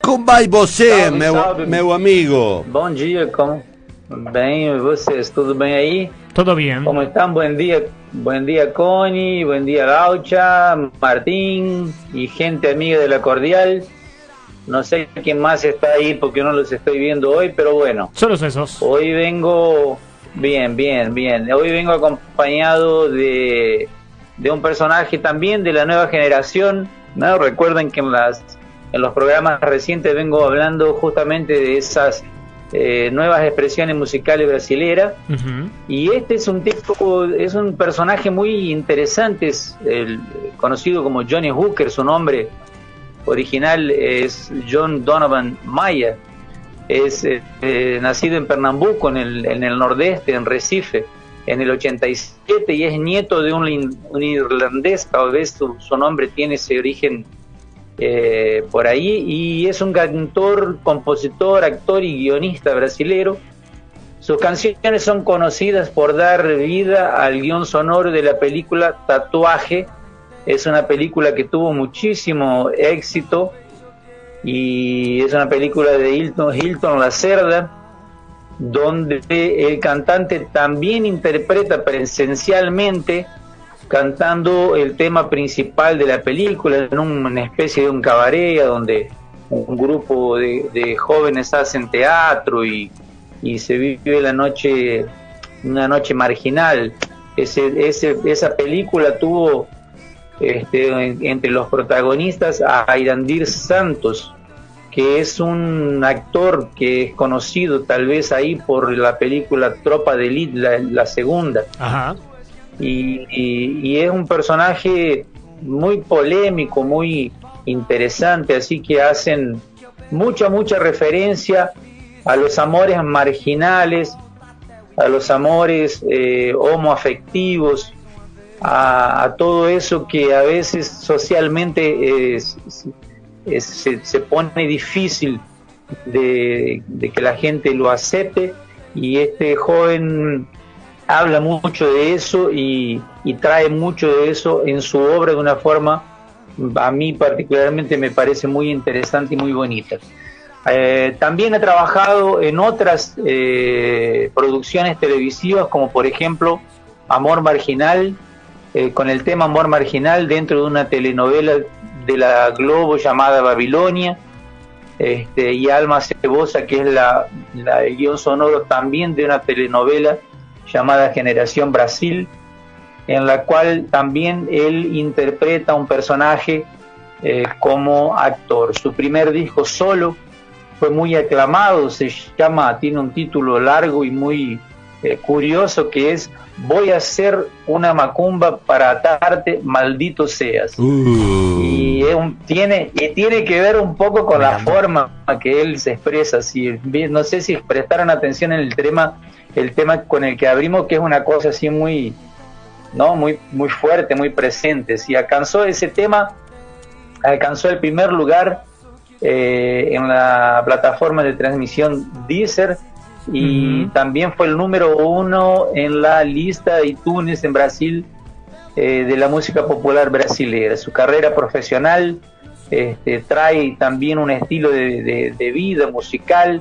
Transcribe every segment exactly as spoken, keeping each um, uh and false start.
Como vai você, Salve, meu, salve. meu amigo? Bom dia, como bem, e vocês, tudo bem aí? Todo bien. ¿Cómo están? Buen día, buen día Connie, buen día Laucha, Martín y gente amiga de la Cordial. No sé quién más está ahí porque no los estoy viendo hoy, pero bueno. Solo esos. Hoy vengo, bien, bien, bien. Hoy vengo acompañado de, de un personaje también de la nueva generación, ¿no? Recuerden que en las en los programas recientes vengo hablando justamente de esas eh, nuevas expresiones musicales brasileras. Uh-huh. Y este es un tipo, es un personaje muy interesante, es el, conocido como Johnny Hooker, su nombre original es John Donovan Maia. Es eh, eh, nacido en Pernambuco, en el, en el nordeste, en Recife, en el ochenta y siete, y es nieto de un, un irlandés, tal vez su, su nombre tiene ese origen eh, por ahí, y es un cantor, compositor, actor y guionista brasilero. Sus canciones son conocidas por dar vida al guión sonoro de la película Tatuaje. Es una película que tuvo muchísimo éxito y es una película de Hilton, Hilton Lacerda, donde el cantante también interpreta presencialmente cantando el tema principal de la película en una especie de un cabaret donde un grupo de, de jóvenes hacen teatro y, y se vive la noche, una noche marginal. Ese, ese, esa película tuvo este, en, entre los protagonistas a Irandir Santos, que es un actor que es conocido tal vez ahí por la película Tropa de Elite, la, la segunda. Ajá. Y, y, y es un personaje muy polémico, muy interesante, así que hacen mucha, mucha referencia a los amores marginales, a los amores eh, homoafectivos, a, a todo eso que a veces socialmente es, es, se, se pone difícil de, de que la gente lo acepte, y este joven habla mucho de eso y, y trae mucho de eso en su obra de una forma, a mí particularmente me parece muy interesante y muy bonita. Eh, también he trabajado en otras eh, producciones televisivas, como por ejemplo Amor Marginal, eh, con el tema Amor Marginal dentro de una telenovela de la Globo llamada Babilonia, este, y Alma Cebosa, que es la, la, el guión sonoro también de una telenovela llamada Generación Brasil, en la cual también él interpreta un personaje eh, como actor. Su primer disco solo fue muy aclamado, se llama, tiene un título largo y muy eh, curioso, que es Voy a hacer una macumba para atarte, maldito seas. Uh. Y, es un, tiene, y tiene que ver un poco con la forma que él se expresa. Si, no sé si prestaron atención en el tema, el tema con el que abrimos, que es una cosa así muy, no, muy, muy fuerte, muy presente. Si alcanzó ese tema, alcanzó el primer lugar eh, en la plataforma de transmisión Deezer, y uh-huh. también fue el número uno en la lista de iTunes en Brasil eh, de la música popular brasileña. Su carrera profesional este, trae también un estilo de, de, de vida musical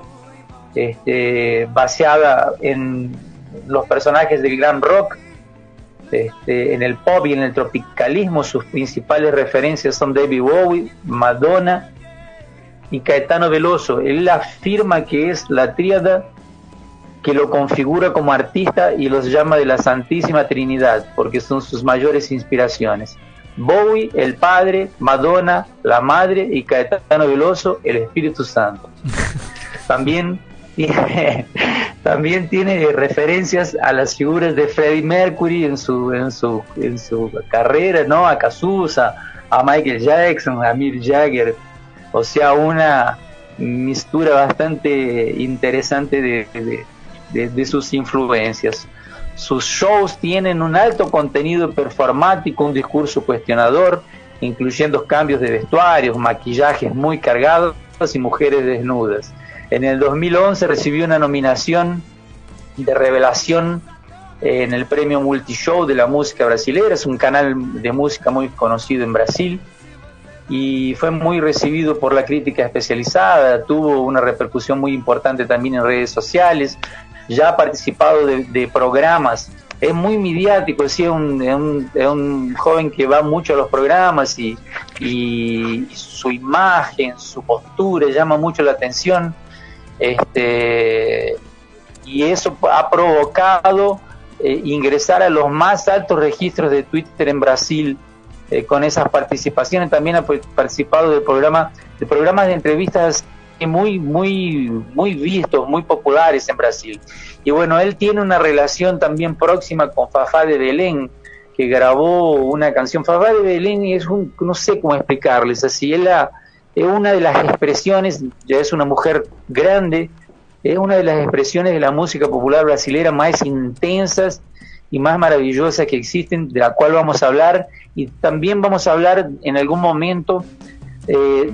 este, basada en los personajes del gran rock, este, en el pop y en el tropicalismo. Sus principales referencias son David Bowie, Madonna y Caetano Veloso. Él afirma que es la tríada que lo configura como artista y los llama de la Santísima Trinidad, porque son sus mayores inspiraciones. Bowie, el Padre; Madonna, la Madre; y Caetano Veloso, el Espíritu Santo. También tiene, también tiene referencias a las figuras de Freddie Mercury en su, en su, en su carrera, ¿no? A Cazuza, a Michael Jackson, a Mick Jagger. O sea, una mistura bastante interesante de, de De, de sus influencias. Sus shows tienen un alto contenido performático, un discurso cuestionador, incluyendo cambios de vestuarios, maquillajes muy cargados y mujeres desnudas. En el dos mil once recibió una nominación de revelación en el premio Multishow de la música brasileña. Es un canal de música muy conocido en Brasil. y fue muy recibido por la crítica especializada, tuvo una repercusión muy importante también en redes sociales, ya ha participado de, de programas, es muy mediático, sí, es un, es un, es un joven que va mucho a los programas y, y su imagen, su postura llama mucho la atención, este, y eso ha provocado eh, ingresar a los más altos registros de Twitter en Brasil. Eh, con esas participaciones también ha participado de programa de programas de entrevistas muy muy muy vistos, muy populares en Brasil. Y bueno, él tiene una relación también próxima con Fafá de Belén, que grabó una canción. Fafá de Belén es un, no sé cómo explicarles así, es, la, es una de las expresiones, ya es una mujer grande, es una de las expresiones de la música popular brasilera más intensas y más maravillosas que existen, de la cual vamos a hablar, y también vamos a hablar en algún momento eh,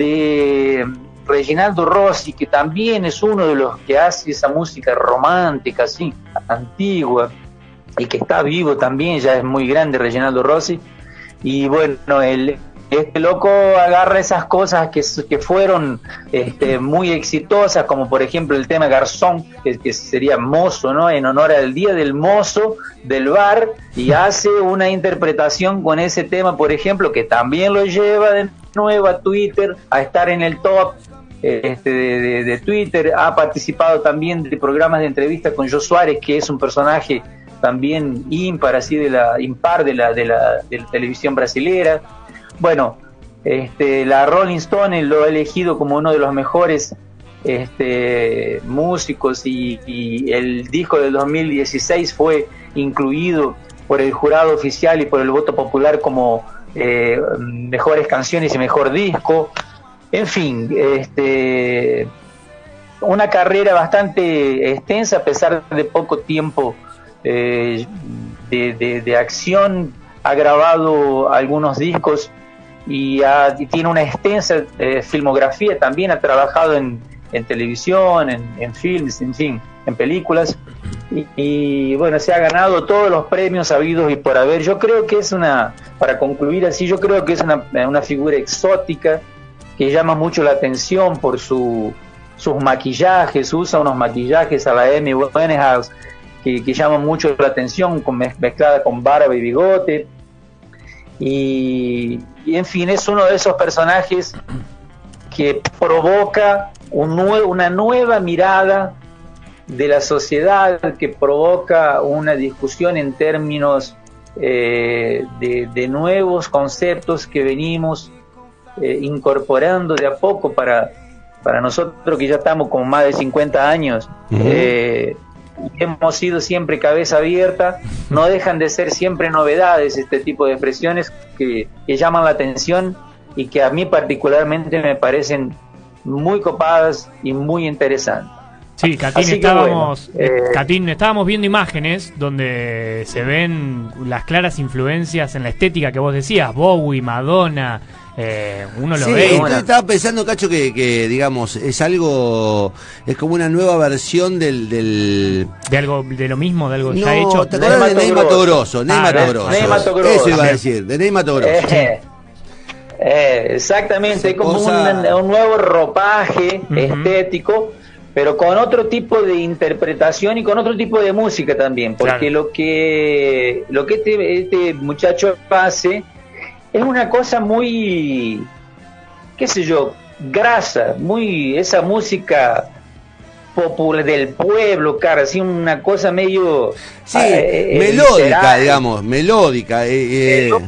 de Reginaldo Rossi, que también es uno de los que hace esa música romántica, así, antigua, y que está vivo también, ya es muy grande Reginaldo Rossi, y bueno, el este loco agarra esas cosas que, que fueron este, muy exitosas, como por ejemplo el tema Garzón, que, que sería mozo, ¿no? En honor al Día del Mozo del bar, y hace una interpretación con ese tema, por ejemplo, que también lo lleva de nuevo a Twitter, a estar en el top este, de, de, de Twitter. Ha participado también de programas de entrevista con Jô Soares, que es un personaje también impar, así de la impar de la, de la, de la televisión brasilera. Bueno, este, la Rolling Stone lo ha elegido como uno de los mejores este, músicos, y, y el disco del dos mil dieciséis fue incluido por el jurado oficial y por el voto popular como eh, mejores canciones y mejor disco. En fin, este, una carrera bastante extensa a pesar de poco tiempo eh, de, de, de acción. Ha grabado algunos discos y, ha, y tiene una extensa eh, filmografía, también ha trabajado en, en televisión, en, en films, en fin, en películas, y, y bueno, se ha ganado todos los premios habidos y por haber. Yo creo que es una, para concluir así, yo creo que es una, una figura exótica que llama mucho la atención por su, sus maquillajes, usa unos maquillajes a la Amy Winehouse que, que llaman mucho la atención, con, mezclada con barba y bigote. Y, y en fin, es uno de esos personajes que provoca un nue- una nueva mirada de la sociedad, que provoca una discusión en términos eh, de, de nuevos conceptos que venimos eh, incorporando de a poco para, para nosotros que ya estamos con más de cincuenta años. Uh-huh. eh, hemos sido siempre cabeza abierta, no dejan de ser siempre novedades este tipo de expresiones que, que llaman la atención y que a mí particularmente me parecen muy copadas y muy interesantes. Sí, Catín, estábamos, bueno, eh, Catín, estábamos viendo imágenes donde se ven las claras influencias en la estética que vos decías, Bowie, Madonna, eh, uno lo sí, ve. Sí, estaba pensando, Cacho, que, que digamos, es algo, es como una nueva versión del... del... De algo, de lo mismo, de algo no, ya hecho. ¿te acuerdas de Ney Mato Grosso? Ney Mato Grosso. Ney Mato Grosso. Eso iba a decir, de Ney Mato Grosso. Eh, eh, exactamente, es como cosa... un, un nuevo ropaje uh-huh. estético, pero con otro tipo de interpretación y con otro tipo de música también, porque claro. lo que lo que este, este muchacho hace es una cosa muy, qué sé yo, grasa, muy esa música popular del pueblo, cara, así una cosa medio sí, eh, melódica, visceral. digamos, melódica. Eh, eh.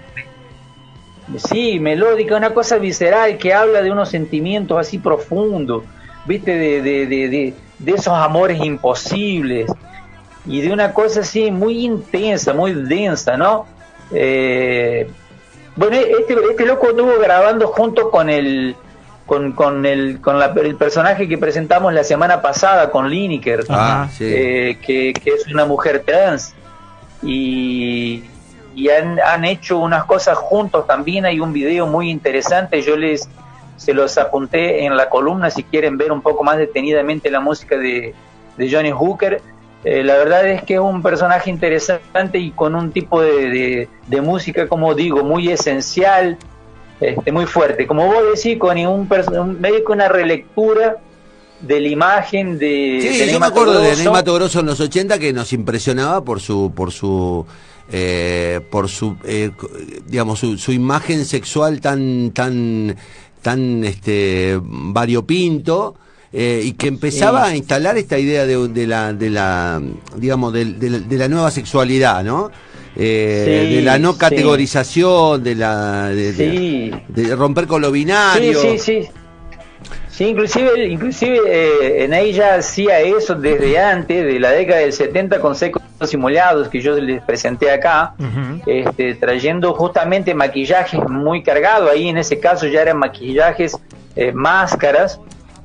Sí, melódica, una cosa visceral que habla de unos sentimientos así profundos. Viste, de, de, de, de, de esos amores imposibles y de una cosa así muy intensa, muy densa, ¿no? Eh, bueno, este, este loco estuvo grabando junto con el con, con el con la, el personaje que presentamos la semana pasada con Lineker, ah, sí. eh, que, que es una mujer trans, y, y han, han hecho unas cosas juntos también. Hay un video muy interesante, yo les se los apunté en la columna si quieren ver un poco más detenidamente la música de, de Johnny Hooker. Eh, la verdad es que es un personaje interesante y con un tipo de, de, de música, como digo, muy esencial, este, muy fuerte. Como vos decís, con un, un medio que una relectura de la imagen de... Sí, de yo me acuerdo de Ney Mato Grosso en los ochenta, que nos impresionaba por su... por su eh, por su eh, digamos su, su imagen sexual tan tan tan este variopinto, eh, y que empezaba sí. a instalar esta idea de, de la de la digamos de, de, la, de la nueva sexualidad, ¿no? Eh, sí, de la no categorización, sí. de la de, sí. de, de romper con lo binario. Sí, sí, sí. Sí, inclusive, inclusive eh, en ella hacía eso desde antes de la década del setenta con Secos y Mollados, que yo les presenté acá, uh-huh. este, trayendo justamente maquillajes muy cargados. Ahí en ese caso ya eran maquillajes, eh, máscaras,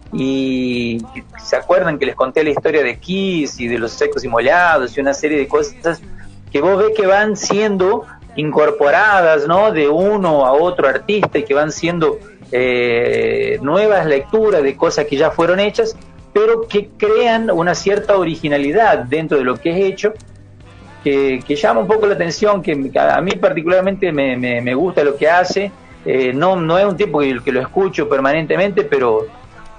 y se acuerdan que les conté la historia de Kiss y de los Secos y Mollados y una serie de cosas que vos ves que van siendo incorporadas, ¿no?, de uno a otro artista, y que van siendo eh, nuevas lecturas de cosas que ya fueron hechas, pero que crean una cierta originalidad dentro de lo que es hecho, que, que llama un poco la atención, que a mí particularmente me, me, me gusta lo que hace. Eh, no, no es un tipo que, que lo escucho permanentemente, pero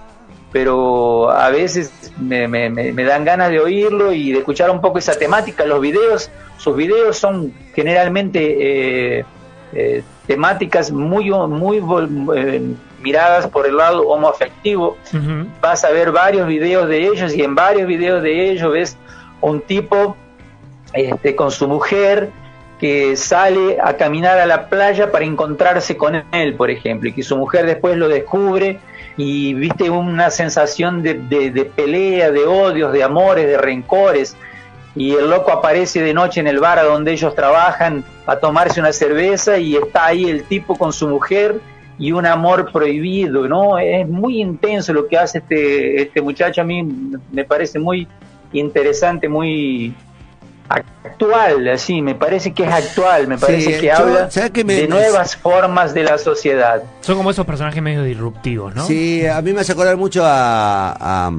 pero a veces me, me, me dan ganas de oírlo y de escuchar un poco esa temática. Los videos, sus videos son generalmente eh, eh, temáticas muy, muy eh, miradas por el lado homoafectivo. Uh-huh. Vas a ver varios videos de ellos, y en varios videos de ellos ves un tipo este, con su mujer que sale a caminar a la playa para encontrarse con él, por ejemplo, y que su mujer después lo descubre, y viste una sensación de, de, de pelea, de odios, de amores, de rencores, y el loco aparece de noche en el bar a donde ellos trabajan a tomarse una cerveza, y está ahí el tipo con su mujer y un amor prohibido, ¿no? Es muy intenso lo que hace este, este muchacho. A mí me parece muy interesante, muy actual, así, me parece que es actual, me parece sí, que yo, habla que me, de nuevas me... formas de la sociedad. Son como esos personajes medio disruptivos, ¿no? Sí, a mí me hace acordar mucho a, a,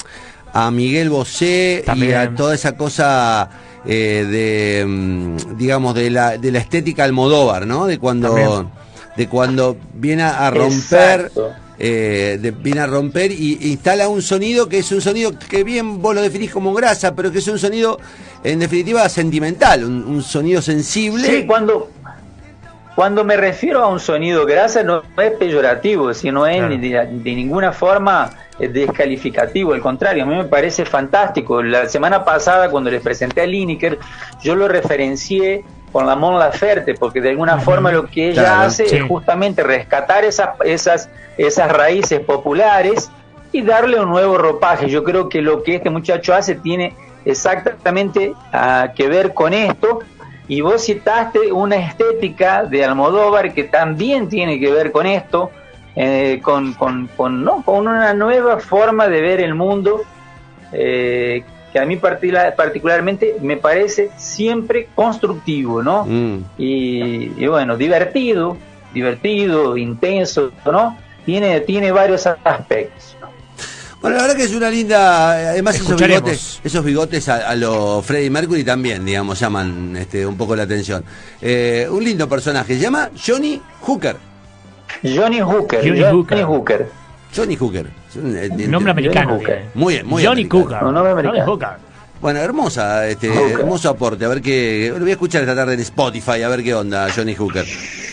a Miguel Bosé. También. Y a toda esa cosa eh, de, digamos, de la, de la estética Almodóvar, ¿no? De cuando, También. de cuando viene a romper... Exacto. Eh, de, viene a romper y instala un sonido que es un sonido que bien vos lo definís como grasa, pero que es un sonido en definitiva sentimental, un, un sonido sensible. Sí, cuando cuando me refiero a un sonido grasa no es peyorativo, sino es claro. de, de ninguna forma descalificativo, al contrario, a mí me parece fantástico. La semana pasada, cuando les presenté a Lineker, yo lo referencié con la Mon Laferte, porque de alguna uh-huh. forma lo que ella claro, hace sí. es justamente rescatar esas, esas, esas raíces populares y darle un nuevo ropaje. Yo creo que lo que este muchacho hace tiene exactamente uh, que ver con esto, y vos citaste una estética de Almodóvar que también tiene que ver con esto, eh, con, con, con, ¿no? con una nueva forma de ver el mundo, eh, que a mí particular, particularmente me parece siempre constructivo, ¿no? Mm. Y, y bueno, divertido, divertido, intenso, ¿no? Tiene, tiene varios aspectos, ¿no? Bueno, la verdad que es una linda, además esos bigotes, esos bigotes a, a lo Freddie Mercury también, digamos, llaman este, un poco la atención. Eh, un lindo personaje, se llama Johnny Hooker. Johnny Hooker, Johnny, Johnny Hooker. Hooker. Johnny Hooker. Un nombre americano. Muy bien, muy Johnny americano. Hooker. Un nombre americano. Johnny Hooker. Bueno, hermosa, este, hermoso aporte. A ver qué. Lo voy a escuchar esta tarde en Spotify, a ver qué onda, Johnny Hooker.